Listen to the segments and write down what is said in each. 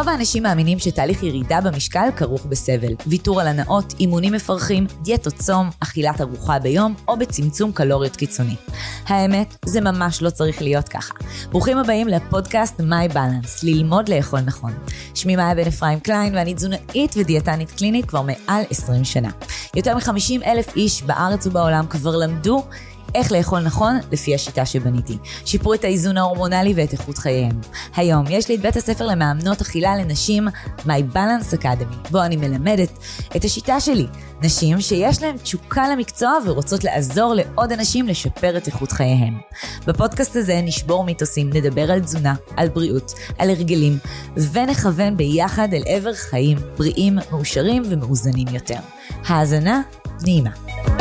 רוב האנשים מאמינים שתהליך ירידה במשקל כרוך בסבל, ויתור על הנאות, אימונים מפרכים, דיאטות צום, אכילת ארוחה ביום או בצמצום קלוריות קיצוני. האמת, זה ממש לא צריך להיות ככה. ברוכים הבאים לפודקאסט My Balance, ללמוד לאכול נכון. שמי מאיה בן אפרים קליין ואני תזונאית ודיאטנית קלינית כבר מעל 20 שנה. יותר מ-50,000 איש בארץ ובעולם כבר למדו איך לאכול נכון לפי השיטה שבניתי. שיפרו את האיזון ההורמונלי ואת איכות חייהם. היום יש לי את בית הספר למאמנות אכילה לנשים, My Balance Academy, בו אני מלמדת את השיטה שלי. נשים שיש להן תשוקה למקצוע ורוצות לעזור לעוד אנשים לשפר את איכות חייהם. בפודקאסט הזה נשבור מיתוסים, נדבר על תזונה, על בריאות, על הרגלים, ונכוון ביחד אל עבר חיים בריאים, מאושרים ומאוזנים יותר. האזנה נעימה.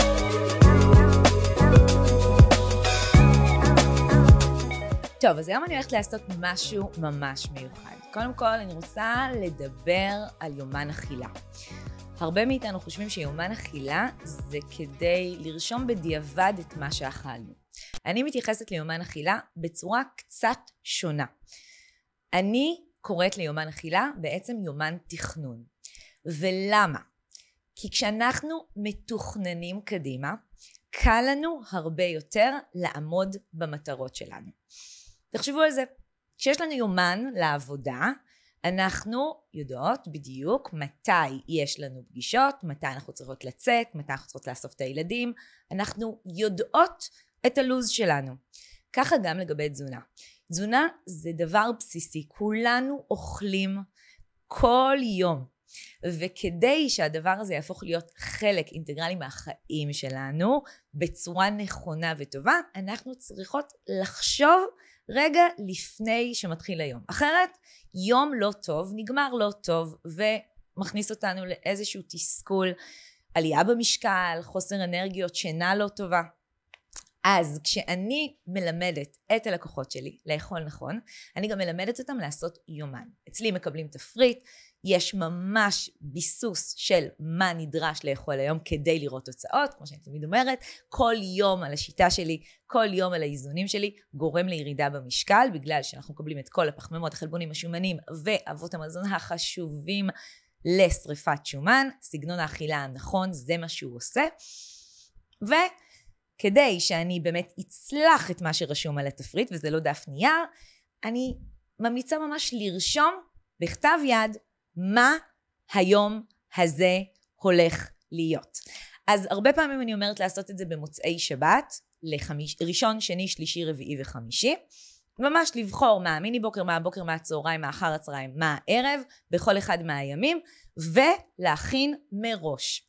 טוב, אז היום אני הולכת לעשות משהו ממש מיוחד. קודם כל, אני רוצה לדבר על יומן אכילה. הרבה מאיתנו חושבים שיומן אכילה זה כדי לרשום בדיעבד את מה שאכלנו. אני מתייחסת ליומן אכילה בצורה קצת שונה. אני קוראת ליומן אכילה בעצם יומן תכנון. ולמה? כי כשאנחנו מתוכננים קדימה, קל לנו הרבה יותר לעמוד במטרות שלנו. תחשבו על זה, כשיש לנו יומן לעבודה, אנחנו יודעות בדיוק מתי יש לנו פגישות, מתי אנחנו צריכות לצאת, מתי אנחנו צריכות לאסוף את הילדים, אנחנו יודעות את הלוז שלנו. ככה גם לגבי תזונה. תזונה זה דבר בסיסי, כולנו אוכלים כל יום. וכדי שהדבר הזה יהפוך להיות חלק אינטגרלי מהחיים שלנו, בצורה נכונה וטובה, אנחנו צריכות לחשוב רגע לפני שמתחיל היום. אחרת, יום לא טוב, נגמר לא טוב, ומכניס אותנו לאיזשהו תסכול, עלייה במשקל, חוסר אנרגיות, שינה לא טובה. אז כשאני מלמדת את הלקוחות שלי לאכול נכון, אני גם מלמדת אותם לעשות יומן. אצלי מקבלים תפריט, יש ממש ביסוס של מה נדרש לאכול היום כדי לראות תוצאות, כמו שאני תמיד אומרת, כל יום על השיטה שלי, כל יום על האיזונים שלי, גורם לירידה במשקל, בגלל שאנחנו מקבלים את כל הפחמימות, החלבונים, השומנים ואבות המזון החשובים לשריפת שומן, סגנון האכילה הנכון, זה מה שהוא עושה, כדי שאני באמת אצלח את מה שרשום על התפריט, וזה לא דף נייר, אני ממליצה ממש לרשום בכתב יד מה היום הזה הולך להיות. אז הרבה פעמים אני אומרת לעשות את זה במוצאי שבת, ראשון, שני, שלישי, רביעי וחמישי, ממש לבחור מה המיני בוקר, מה הבוקר, מה הצהריים, מה אחר הצהריים, מה הערב, בכל אחד מהימים, ולהכין מראש.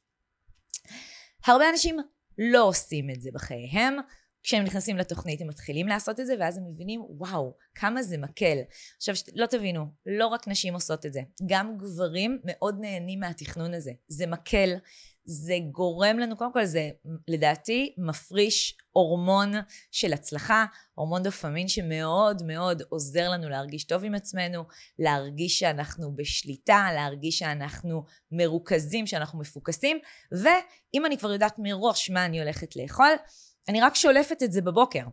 הרבה אנשים לא עושים את זה בחייהם, כשהם נכנסים לתוכנית הם מתחילים לעשות את זה, ואז הם מבינים, וואו, כמה זה מקל. עכשיו, לא תבינו, לא רק נשים עושות את זה, גם גברים מאוד נהנים מהתכנון הזה. זה מקל, זה גורם לנו, קודם כל זה לדעתי מפריש הורמון של הצלחה, הורמון דופמין שמאוד מאוד עוזר לנו להרגיש טוב עם עצמנו, להרגיש שאנחנו בשליטה, להרגיש שאנחנו מרוכזים, שאנחנו מפוקסים, ואם אני כבר יודעת מראש מה אני הולכת לאכול, אני רק שולפת את זה בבוקר.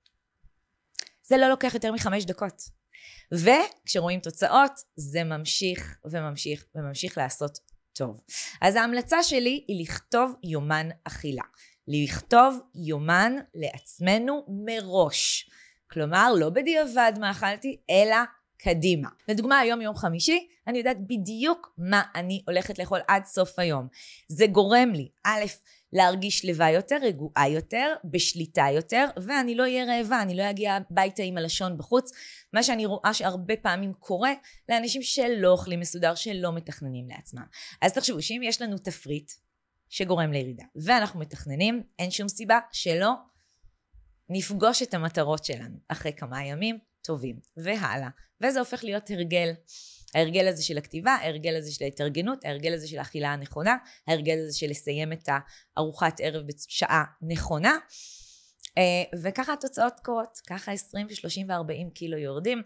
זה לא לוקח יותר מ5 דקות. וכשרואים תוצאות, זה ממשיך וממשיך וממשיך לעשות טוב. אז ההמלצה שלי היא לכתוב יומן אכילה. לכתוב יומן לעצמנו מראש. כלומר, לא בדיעבד מה אכלתי, אלא קדימה. לדוגמה, היום יום חמישי, אני יודעת בדיוק מה אני הולכת לאכול עד סוף היום. זה גורם לי, א', להרגיש לבד יותר, רגועה יותר, בשליטה יותר, ואני לא אהיה רעבה, אני לא אגיע הביתה עם הלשון בחוץ, מה שאני רואה שהרבה פעמים קורה לאנשים שלא אוכלים מסודר, שלא מתכננים לעצמם. אז תחשבו שאם יש לנו תפריט שגורם לירידה, ואנחנו מתכננים, אין שום סיבה שלא נפגוש את המטרות שלנו, אחרי כמה ימים טובים, והלאה. וזה הופך להיות הרגל. ההרגל הזה של הכתיבה, ההרגל הזה של ההתארגנות, ההרגל הזה של האכילה הנכונה, ההרגל הזה של לסיים את הארוחת ערב בשעה נכונה, וככה התוצאות קורות, ככה 20 ו-30 ו-40 קילו יורדים,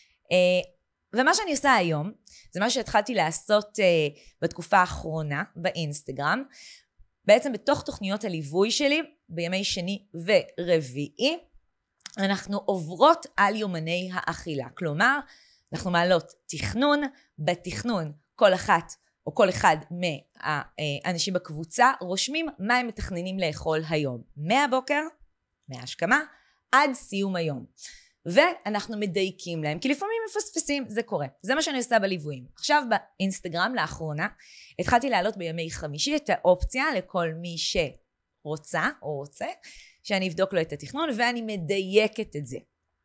ומה שאני עושה היום, זה מה שהתחלתי לעשות בתקופה האחרונה באינסטגרם, בעצם בתוך תוכניות הליווי שלי, בימי שני ורביעי, אנחנו עוברות על יומני האכילה, כלומר, אנחנו מעלות תכנון, בתכנון כל אחת או כל אחד מהאנשים בקבוצה רושמים מה הם מתכננים לאכול היום, מהבוקר, מההשכמה, עד סיום היום. ואנחנו מדייקים להם, כי לפעמים מפספסים, זה קורה. זה מה שאני עושה בליוויים. עכשיו באינסטגרם לאחרונה, התחלתי להעלות בימי חמישי את האופציה לכל מי שרוצה או רוצה, שאני אבדוק לו את התכנון, ואני מדייקת את זה.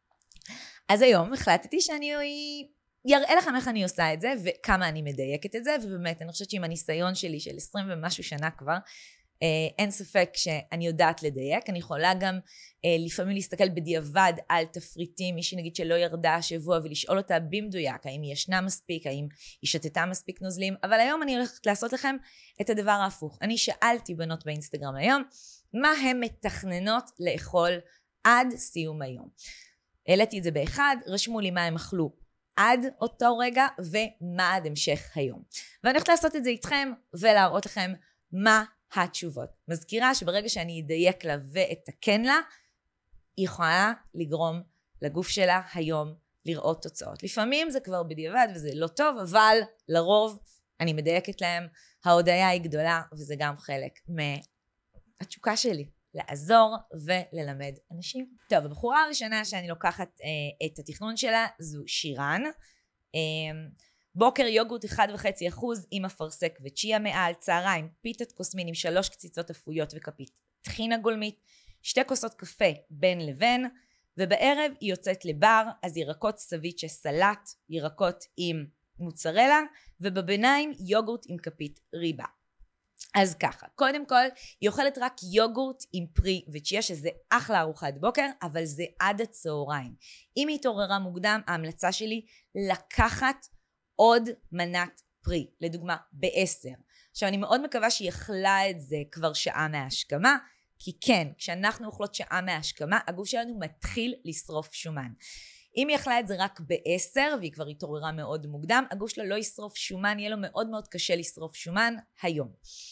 אז היום החלטתי שאני יראה לכם איך אני עושה את זה, וכמה אני מדייקת את זה, ובאמת, אני חושבת שעם הניסיון שלי של 20 ומשהו שנה כבר, אין ספק שאני יודעת לדייק. אני יכולה גם לפעמים להסתכל בדיעבד על תפריטים, מישהי נגיד שלא ירדה השבוע, ולשאול אותה במדויק, האם היא ישנה מספיק, האם היא שתתה מספיק נוזלים, אבל היום אני הולכת לעשות לכם את הדבר ההפוך. אני שאלתי בנות באינסטגרם היום, מה הן מתכננות לאכול עד סיום היום. העליתי את זה באחד, רשמו לי מה הם אכלו עד אותו רגע, ומה עד המשך היום. ואני הולכת לעשות את זה איתכם, ולהראות לכם מה התשובות. מזכירה שברגע שאני אדייק לה ואתקן לה, היא יכולה לגרום לגוף שלה היום לראות תוצאות. לפעמים זה כבר בדיעבד וזה לא טוב, אבל לרוב אני מדייקת להם, ההודעה היא גדולה, וזה גם חלק מהתשוקה שלי, לעזור וללמד אנשים. טוב, הבחורה הראשונה שאני לוקחת את התכנון שלה זו שירן. בוקר יוגורט 1.5% עם אפרסק וצ'יה מעל, צהריים פיתת קוסמין עם 3 קציצות אפויות וכפית טחינה גולמית, 2 כוסות קפה בין לבין, ובערב היא יוצאת לבר, אז ירקות סביצ'ה סלט, ירקות עם מוצרלה, ובביניים יוגורט עם כפית ריבה. אז ככה, קודם כל היא אוכלת רק יוגורט עם פרי וצ'יה, שזה אחלה ארוחת בוקר, אבל זה עד הצהריים. אם היא התעוררה מוקדם, ההמלצה שלי לקחת עוד מנת פרי, לדוגמה ב10. עכשיו אני מאוד מקווה שהיא אכלה את זה כבר שעה מההשכמה, כי כן, כשאנחנו אוכלות שעה מההשכמה, הגוף שלנו מתחיל לשרוף שומן. אם היא אכלה את זה רק ב10 והיא כבר התעוררה מאוד מוקדם, הגוף שלה לא ישרוף שומן, יהיה לו מאוד מאוד קשה לשרוף שומן היום.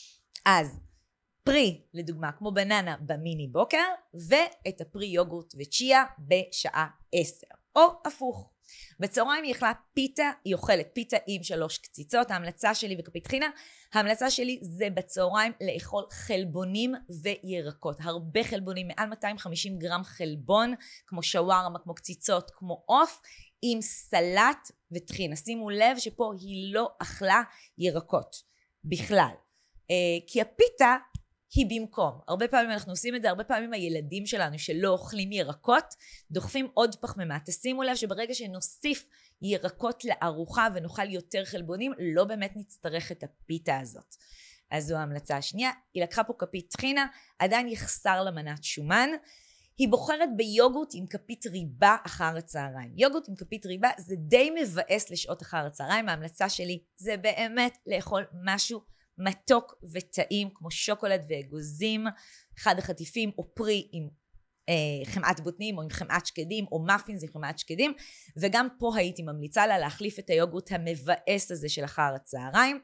אז פרי, לדוגמה, כמו בננה במיני בוקר, ואת הפרי יוגורט וצ'יה בשעה 10, או הפוך. בצהריים היא אכלה פיתה, היא אוכלת פיתה עם 3 קציצות, ההמלצה שלי וכפית טחינה, ההמלצה שלי זה בצהריים לאכול חלבונים וירקות, הרבה חלבונים, מעל 250 גרם חלבון, כמו שווארמה, כמו קציצות, כמו עוף, עם סלט וטחינה. שימו לב שפה היא לא אכלה ירקות בכלל, כי הפיתה היא במקום. הרבה פעמים אנחנו עושים את זה, הרבה פעמים הילדים שלנו שלא אוכלים ירקות, דוחפים עוד פחמימה. תשימו לב שברגע שנוסיף ירקות לארוחה ונאכל יותר חלבונים, לא באמת נצטרך את הפיתה הזאת. אז זו ההמלצה השנייה. היא לקחה פה כפית טחינה, עדיין יחסר למנת שומן. היא בוחרת ביוגורט עם כפית ריבה אחר הצהריים. יוגורט עם כפית ריבה זה די מבאס לשעות אחר הצהריים. ההמלצה שלי זה באמת לאכול משהו מתוק וטעים, כמו שוקולד ואגוזים, אחד החטיפים, או פרי עם חמאת בוטנים, או עם חמאת שקדים, או מאפינס עם חמאת שקדים, וגם פה הייתי ממליצה לה להחליף את היוגורט המבאס הזה של אחר הצהריים,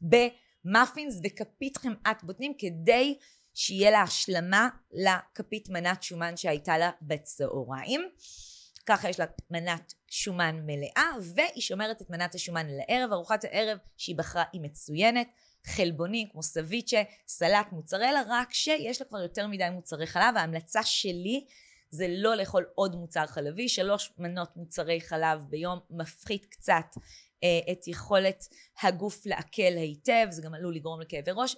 במאפינס וכפית חמאת בוטנים, כדי שיהיה לה השלמה לכפית מנת שומן שהייתה לה בצהריים. ככה יש לה מנת שומן מלאה, והיא שומרת את מנת השומן לערב. ארוחת הערב שהיא בחרה היא מצוינת, חלבונים כמו סביצ'ה, סלט, מוצרלה, רק שיש לה כבר יותר מדי מוצרי חלב. ההמלצה שלי זה לא לאכול עוד מוצר חלבי, 3 מנות מוצרי חלב ביום מפחית קצת את יכולת הגוף לעכל היטב, זה גם עלול לגרום לכאבי ראש,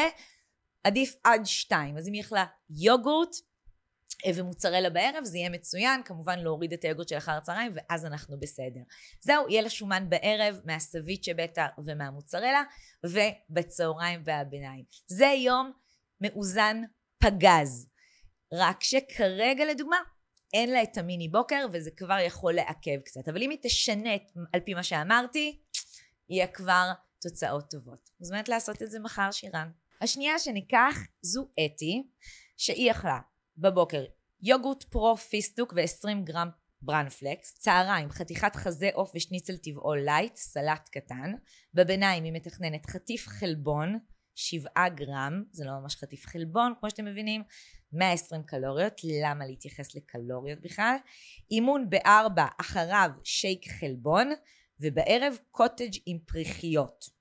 ועדיף עד 2. אז אם היא אכלה יוגורט ומוצרלה בערב, זה יהיה מצוין, כמובן להוריד את היוגורט של אחר הצהריים, ואז אנחנו בסדר. זהו, יהיה לה שומן בערב, מהסביצ'ה בטח ומהמוצרלה, ובצהריים והביניים. זה יום מאוזן פגז, רק שכרגע לדוגמה, אין לה את המיני בוקר, וזה כבר יכול לעכב קצת. אבל אם היא תשנה על פי מה שאמרתי, יהיה כבר תוצאות טובות. מוזמנת לעשות את זה מחר, שירן. השנייה שניקח זו אתי, שהיא אכלה בבוקר יוגורט פרו פיסטוק ו20 גרם ברנפלקס, צהריים חתיכת חזה עוף ושניצל טבעו לייט, סלט קטן, בביניים היא מתכננת חטיף חלבון, 7 גרם, זה לא ממש חטיף חלבון, כמו שאתם מבינים, 120 קלוריות, למה להתייחס לקלוריות בכלל? אימון ב-4, אחריו שייק חלבון, ובערב קוטג' עם פריחיות.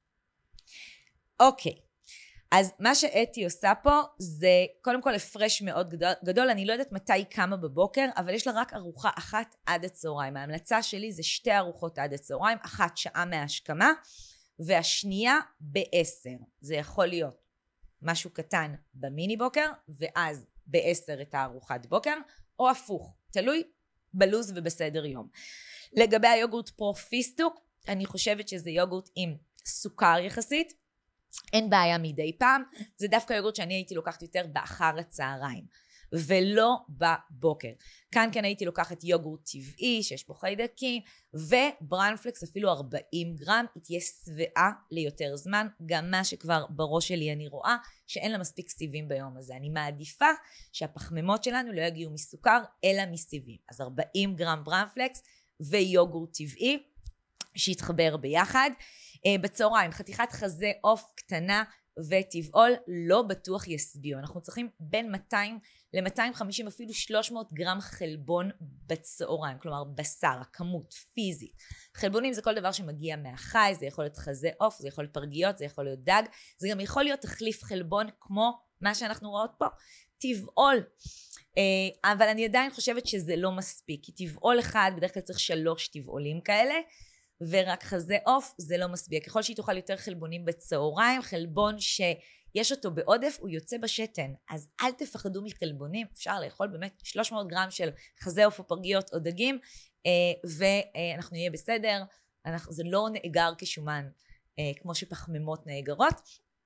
אוקיי, אז מה שאתי עושה פה זה קודם כל הפרש מאוד גדול, אני לא יודעת מתי היא קמה בבוקר, אבל יש לה רק ארוחה אחת עד הצהריים. ההמלצה שלי זה 2 ארוחות עד הצהריים, אחת שעה מההשכמה, והשנייה ב-10. זה יכול להיות משהו קטן במיני בוקר, ואז ב-10 את הארוחת בוקר, או הפוך, תלוי בלוז ובסדר יום. לגבי היוגורט פרופיסטוק, אני חושבת שזה יוגורט עם סוכר יחסית, אין בעיה מדי פעם, זה דווקא יוגורט שאני הייתי לוקחת יותר באחר הצהריים, ולא בבוקר. כאן הייתי לוקחת יוגורט טבעי, שיש בו חיידקים, ובראונפלקס אפילו 40 גרם, היא תהיה שבעה ליותר זמן, גם מה שכבר בראש שלי אני רואה, שאין לה מספיק סיבים ביום הזה. אני מעדיפה שהפחמימות שלנו לא יגיעו מסוכר, אלא מסיבים. אז 40 גרם בראונפלקס ויוגורט טבעי, שיתחבר ביחד. בצהריים, חתיכת חזה עוף קטנה וטבעול, לא בטוח יסביעו. אנחנו צריכים בין 200 ל-250 אפילו 300 גרם חלבון בצהריים, כלומר בשר, הכמות, פיזית. חלבונים זה כל דבר שמגיע מהחי, זה יכול להיות חזה עוף, זה יכול להיות פרגיות, זה יכול להיות דג, זה גם יכול להיות תחליף חלבון כמו מה שאנחנו רואות פה, טבעול. אבל אני עדיין חושבת שזה לא מספיק, כי טבעול אחד בדרך כלל צריך 3 טבעולים כאלה, ורק חזה עוף זה לא מספיק. ככל שהיא תאכל יותר חלבונים בצהריים, חלבון שיש אותו בעודף הוא יוצא בשתן, אז אל תפחדו מחלבונים, אפשר לאכול באמת 300 גרם של חזה עוף או פרגיות או דגים, ואנחנו נהיה בסדר. זה לא נאגר כשומן כמו שפחמימות נאגרות.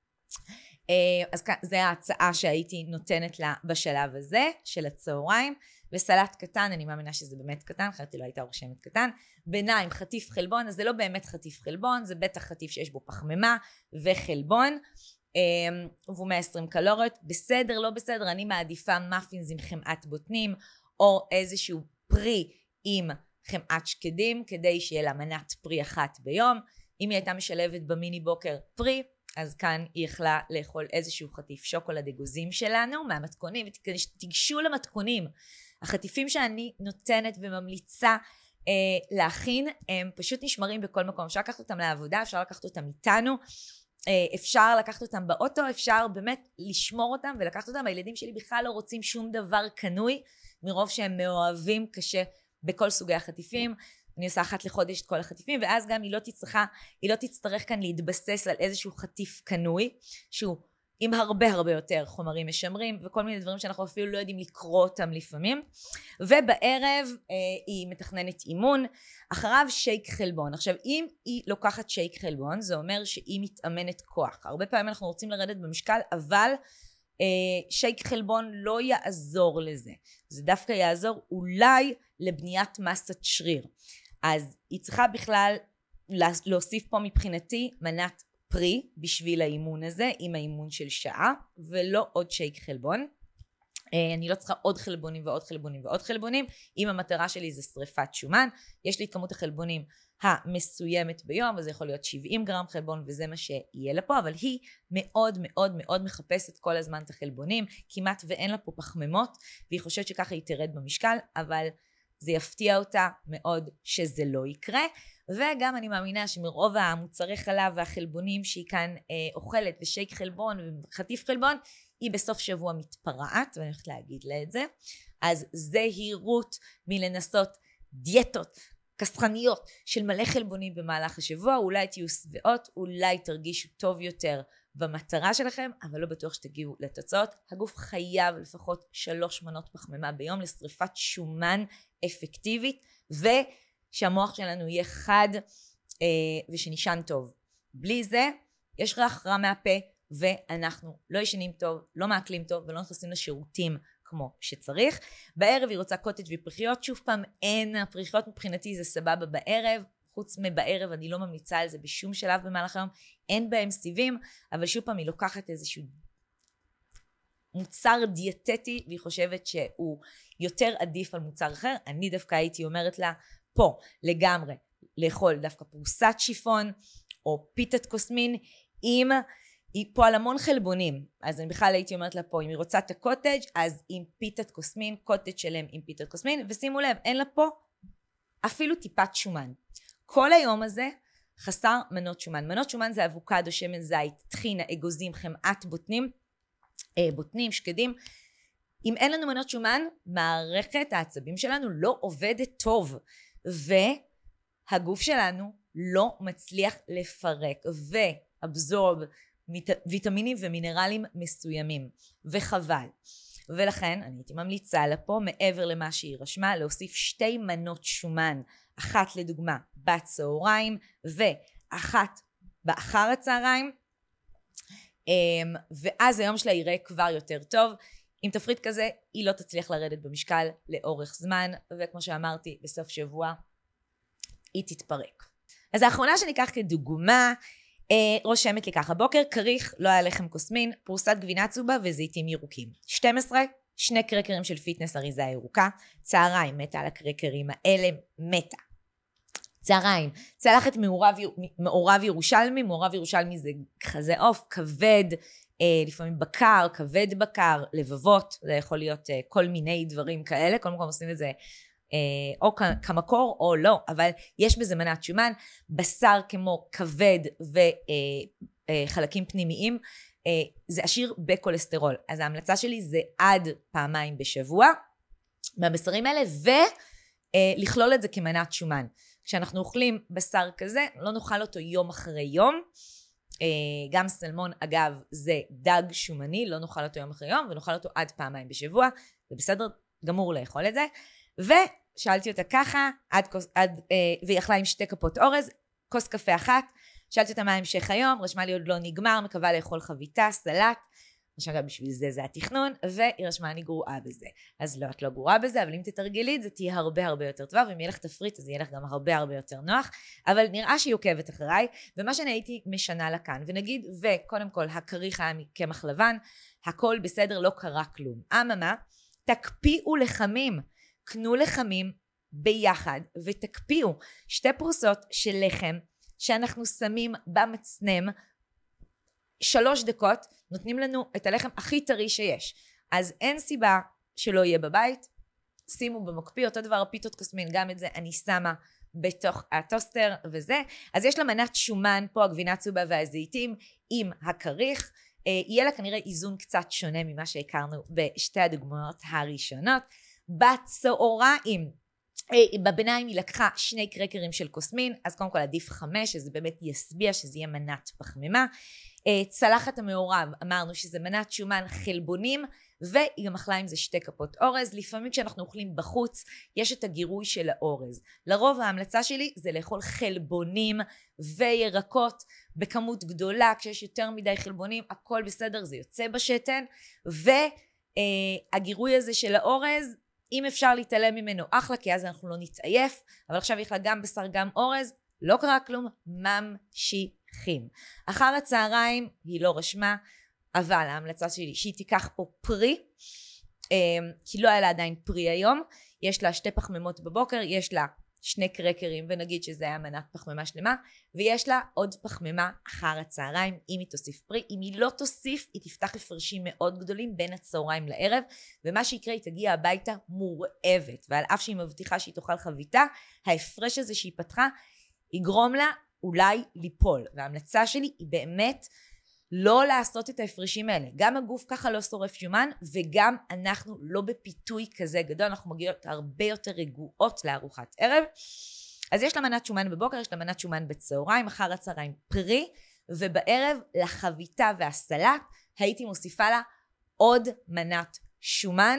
אז זו ההצעה שהייתי נותנת לה בשלב הזה של הצהריים. וסלט קטן, אני מאמינה שזה באמת קטן, אחרת לא הייתה רושמת קטן. ביניים, חטיף חלבון, אז זה לא באמת חטיף חלבון, זה בטח חטיף שיש בו פחמימה וחלבון, והוא 120 קלוריות. בסדר, לא בסדר, אני מעדיפה מאפינס עם חמאת בוטנים, או איזשהו פרי עם חמאת שקדים, כדי שיהיה לה מנת פרי אחת ביום. אם היא הייתה משלבת במיני בוקר פרי, אז כאן היא יכלה לאכול איזשהו חטיף שוקולד אגוזים שלנו מהמתכונים, ותיגשו למתכונים. החטיפים שאני נותנת וממליצה להכין, הם פשוט נשמרים בכל מקום. אפשר לקחת אותם לעבודה, אפשר לקחת אותם איתנו, אפשר לקחת אותם באוטו, אפשר באמת לשמור אותם ולקחת אותם. הילדים שלי בכלל לא רוצים שום דבר קנוי, מרוב שהם מאוהבים קשה בכל סוגי החטיפים. אני עושה אחת לחודש את כל החטיפים, ואז גם היא לא תצטרך כאן להתבסס על איזשהו חטיף קנוי, שהוא עם הרבה יותר חומרים משמרים, וכל מיני דברים שאנחנו אפילו לא יודעים לקרוא אותם לפעמים. ובערב היא מתכננת אימון, אחריו שייק חלבון. עכשיו, אם היא לוקחת שייק חלבון, זה אומר שהיא מתאמנת כוח. הרבה פעמים אנחנו רוצים לרדת במשקל, אבל שייק חלבון לא יעזור לזה. זה דווקא יעזור אולי לבניית מסת שריר. אז היא צריכה בכלל להוסיף פה מבחינתי מנת פרי בשביל האימון הזה, עם האימון של שעה, ולא עוד שייק חלבון. אני לא צריכה עוד חלבונים ועוד חלבונים ועוד חלבונים, אם המטרה שלי זה שריפת שומן. יש לי את כמות החלבונים המסוימת ביום, וזה יכול להיות 70 גרם חלבון, וזה מה שיהיה לה פה, אבל היא מאוד מאוד מאוד מחפשת כל הזמן את החלבונים, כמעט ואין לה פה פחמימות, והיא חושבת שככה היא תרד במשקל, אבל זה יפתיע אותה מאוד שזה לא יקרה. וגם אני מאמינה שמרוב המוצרי חלב והחלבונים שהיא כאן אוכלת, ושייק חלבון וחטיף חלבון, היא בסוף שבוע מתפרעת, ואני הולכת להגיד לה את זה. אז זהירות מלנסות דיאטות קסחניות של מלא חלבונים במהלך השבוע. אולי תהיו שבעות, אולי תרגישו טוב יותר במטרה שלכם, אבל לא בטוח שתגיעו לתוצאות. הגוף חייב לפחות 3 מנות פחמימה ביום לשריפת שומן אפקטיבית, ושהמוח שלנו יהיה חד ושנישן טוב. בלי זה יש ריח רע מהפה, ואנחנו לא ישנים טוב, לא מאכלים טוב, ולא נכנסים לשירותים כמו שצריך. בערב היא רוצה קוטג' ופריחיות. שוב פעם, אין, הפריחיות מבחינתי זה סבבה בערב, חוץ מבערב אני לא ממליצה על זה בשום שלב במהלך היום, אין בהם סיבים, אבל שוב פעם היא לוקחת איזשהו מוצר דיאטטי, והיא חושבת שהוא יותר עדיף על מוצר אחר. אני דווקא הייתי אומרת לה, פה לגמרי, לאכול דווקא פרוסת שיפון, או פיתת קוסמין, עם היא פה על המון חלבונים, אז אני בכלל הייתי אומרת לה פה, אם היא רוצה את הקוטג' אז עם פיתת קוסמין, קוטג' שלם עם פיתת קוסמין, ושימו לב, אין לה פה אפילו טיפת שומן. כל היום הזה חסר מנות שומן. מנות שומן זה אבוקדו, שמן זית, טחינה, אגוזים, חמאת בוטנים, שקדים. אם אין לנו מנות שומן, מערכת העצבים שלנו לא עובדת טוב, והגוף שלנו לא מצליח לפרק ואבזורב ויטמינים ומינרלים מסוימים, וחבל. ולכן אני הייתי ממליצה לה פה, מעבר למה שהיא רשמה, להוסיף 2 מנות שומן, אחת לדוגמה בצהריים ואחת באחר הצהריים, ואז היום שלה יראה כבר יותר טוב. עם תפריט כזה היא לא תצליח לרדת במשקל לאורך זמן, וכמו שאמרתי, בסוף שבוע היא תתפרק. אז האחרונה שניקח כדוגמה, רושמת לי ככה, בוקר כריך, לא היה לחם קוסמין, פרוסת גבינה צהובה וזיתים ירוקים. 12, 2 קרקרים של פיטנס אריזה ירוקה, צהריים, מתה על הקרקרים האלה, מתה. צהריים, צלחת מעורב ירושלמי, מעורב ירושלמי זה חזה עוף, כבד, לפעמים בקר, כבד בקר, לבבות, זה יכול להיות כל מיני דברים כאלה, כל מקום עושים את זה או כמקור או לא, אבל יש בזה מנת שומן, בשר כמו כבד וחלקים פנימיים, זה עשיר בקולסטרול, אז ההמלצה שלי זה עד 2 בשבוע, מהבשרים האלה, ולכלול את זה כמנת שומן. כשאנחנו אוכלים בשר כזה, לא נאכל אותו יום אחרי יום, גם סלמון אגב זה דג שומני, לא נאכל אותו יום אחרי יום, ונאכל אותו עד 2 בשבוע, זה בסדר גמור לאכול את זה, ושאלתי אותה ככה, והיא אכלה עם 2 כפות אורז, כוס קפה אחת, שאלתי אותה מה המשך היום, רשמה לי עוד לא נגמר, מקווה לאכול חביתה, סלט, רשמה גם בשביל זה התכנון, והיא רשמה אני גרועה בזה. אז לא, את לא גרועה בזה, אבל אם תתרגלי את זה, תהיה הרבה הרבה יותר טובה, ואם יהיה לך תפריט, אז יהיה לך גם הרבה הרבה יותר נוח, אבל נראה שהיא עוקבת אחריי, ומה שאני הייתי משנה לה כאן, ונגיד, וקודם כל, הכריך היה מקמח לבן, הכל בסדר, לא קרה כלום. אממה, תקפיאו לחמים, קנו לחמים ביחד, ותקפיאו 2 פרוסות של לחם, שאנחנו שמים במצנם, 3 דקות, נותנים לנו את הלחם הכי טרי שיש. אז אין סיבה שלא יהיה בבית, שימו במקפיא, אותו דבר פיתות קוסמין, גם את זה אני שמה בתוך הטוסטר וזה. אז יש לה מנת שומן פה, הגבינה צהובה והזיתים עם הכריך, יהיה לה כנראה איזון קצת שונה ממה שהכרנו בשתי הדוגמאות הראשונות. בצהריים, בביניים היא לקחה 2 קרקרים של קוסמין, אז קודם כל עדיף 5, שזה באמת יסביע, שזה יהיה מנת פחמימה. צלחת המעורב, אמרנו שזה מנת שומן חלבונים, והיא גם אכלה עם זה 2 כפות אורז. לפעמים כשאנחנו אוכלים בחוץ, יש את הגירוי של האורז. לרוב ההמלצה שלי זה לאכול חלבונים וירקות בכמות גדולה, כשיש יותר מדי חלבונים, הכל בסדר, זה יוצא בשתן, והגירוי הזה של האורז, אם אפשר להתעלם ממנו אחלה, כי אז אנחנו לא נתעייף, אבל עכשיו יש לה גם בשר גם אורז, לא קרה כלום, ממשיכים. אחר הצהריים היא לא רשמה, אבל ההמלצה שלי שהיא תיקח פה פרי, כי לא היה לה עדיין פרי היום, יש לה 2 פחמימות בבוקר, יש לה 2 קרקרים, ונגיד שזה היה מנת פחמימה שלמה, ויש לה עוד פחמימה אחר הצהריים, אם היא תוסיף פרי. אם היא לא תוסיף, היא תפתח הפרשים מאוד גדולים בין הצהריים לערב, ומה שיקרה, היא תגיע הביתה מורעבת, ועל אף שהיא מבטיחה שהיא תאכל חביתה, ההפרש הזה שהיא פתחה, יגרום לה אולי ליפול. וההמלצה שלי היא באמת לא לעשות את ההפרשים האלה. גם הגוף ככה לא שורף שומן, וגם אנחנו לא בפיתוי כזה גדול, אנחנו מגיעות הרבה יותר רגועות לארוחת ערב. אז יש לה מנת שומן בבוקר, יש לה מנת שומן בצהריים, אחר הצהריים פרי, ובערב לחביתה והסלט, הייתי מוסיפה לה עוד מנת שומן,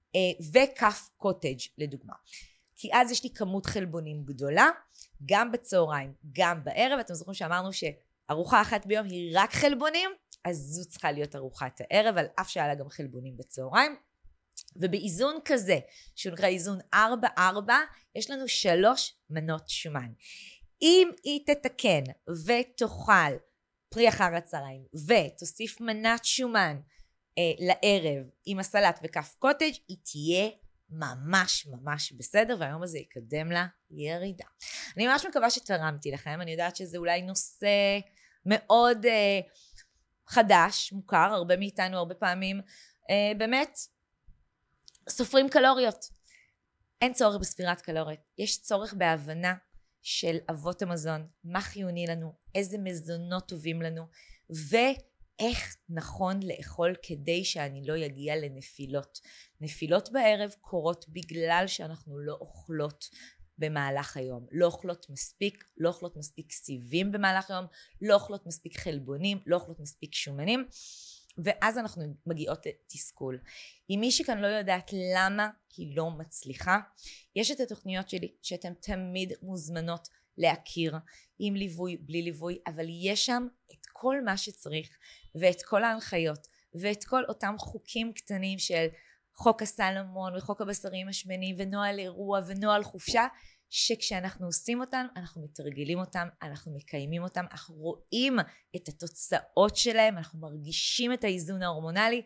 וכף קוטג' לדוגמה. כי אז יש לי כמות חלבונים גדולה, גם בצהריים, גם בערב. אתם זוכרים שאמרנו ארוחה אחת ביום היא רק חלבונים, אז זו צריכה להיות ארוחת הערב, על אף שהיה לה גם חלבונים בצהריים. ובאיזון כזה, שהוא נקרא איזון 4-4, יש לנו 3 מנות שומן. אם היא תתקן ותאכל פרי אחר הצהריים, ותוסיף מנת שומן לערב עם הסלט וכף קוטג', היא תהיה ממש ממש בסדר, והיום הזה יקדם לה ירידה. אני ממש מקווה שתרמתי לכם, אני יודעת שזה אולי נושא מאוד חדש, מוכר, הרבה מאיתנו הרבה פעמים באמת סופרים קלוריות. אין צורך בספירת קלוריות, יש צורך בהבנה של אבות המזון, מה חיוני לנו, איזה מזונות טובים לנו, ואיך נכון לאכול כדי שאני לא יגיע לנפילות. נפילות בערב קורות בגלל שאנחנו לא אוכלות במהלך היום, לא אוכלות מספיק, לא אוכלות מספיק סיבים במהלך היום, לא אוכלות מספיק חלבונים, לא אוכלות מספיק שומנים, ואז אנחנו מגיעות לתסכול. אם מישהי כאן לא יודעת למה היא לא מצליחה, יש את התוכניות שלי שאתן תמיד מוזמנות להכיר, עם ליווי, בלי ליווי, אבל יש שם את כל מה שצריך, ואת כל ההנחיות, ואת כל אותם חוקים קטנים של חוק הסלמון, וחוק הבשרים השמנים, ונוהל אירוע, ונוהל חופשה, שכשאנחנו עושים אותם, אנחנו מתרגלים אותם, אנחנו מקיימים אותם, אנחנו רואים את התוצאות שלהם, אנחנו מרגישים את האיזון ההורמונלי,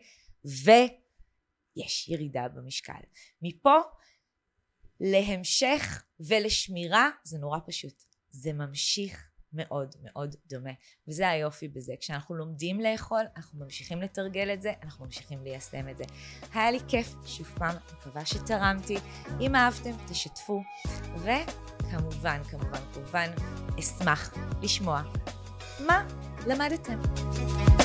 ויש ירידה במשקל. מפה להמשך ולשמירה זה נורא פשוט. זה ממשיך מאוד מאוד דומה. וזה היופי בזה. כשאנחנו לומדים לאכול, אנחנו ממשיכים לתרגל את זה, אנחנו ממשיכים ליישם את זה. היה לי כיף, שוב פעם, מקווה שתרמתי. אם אהבתם, תשתפו. וכמובן, אשמח לשמוע מה למדתם.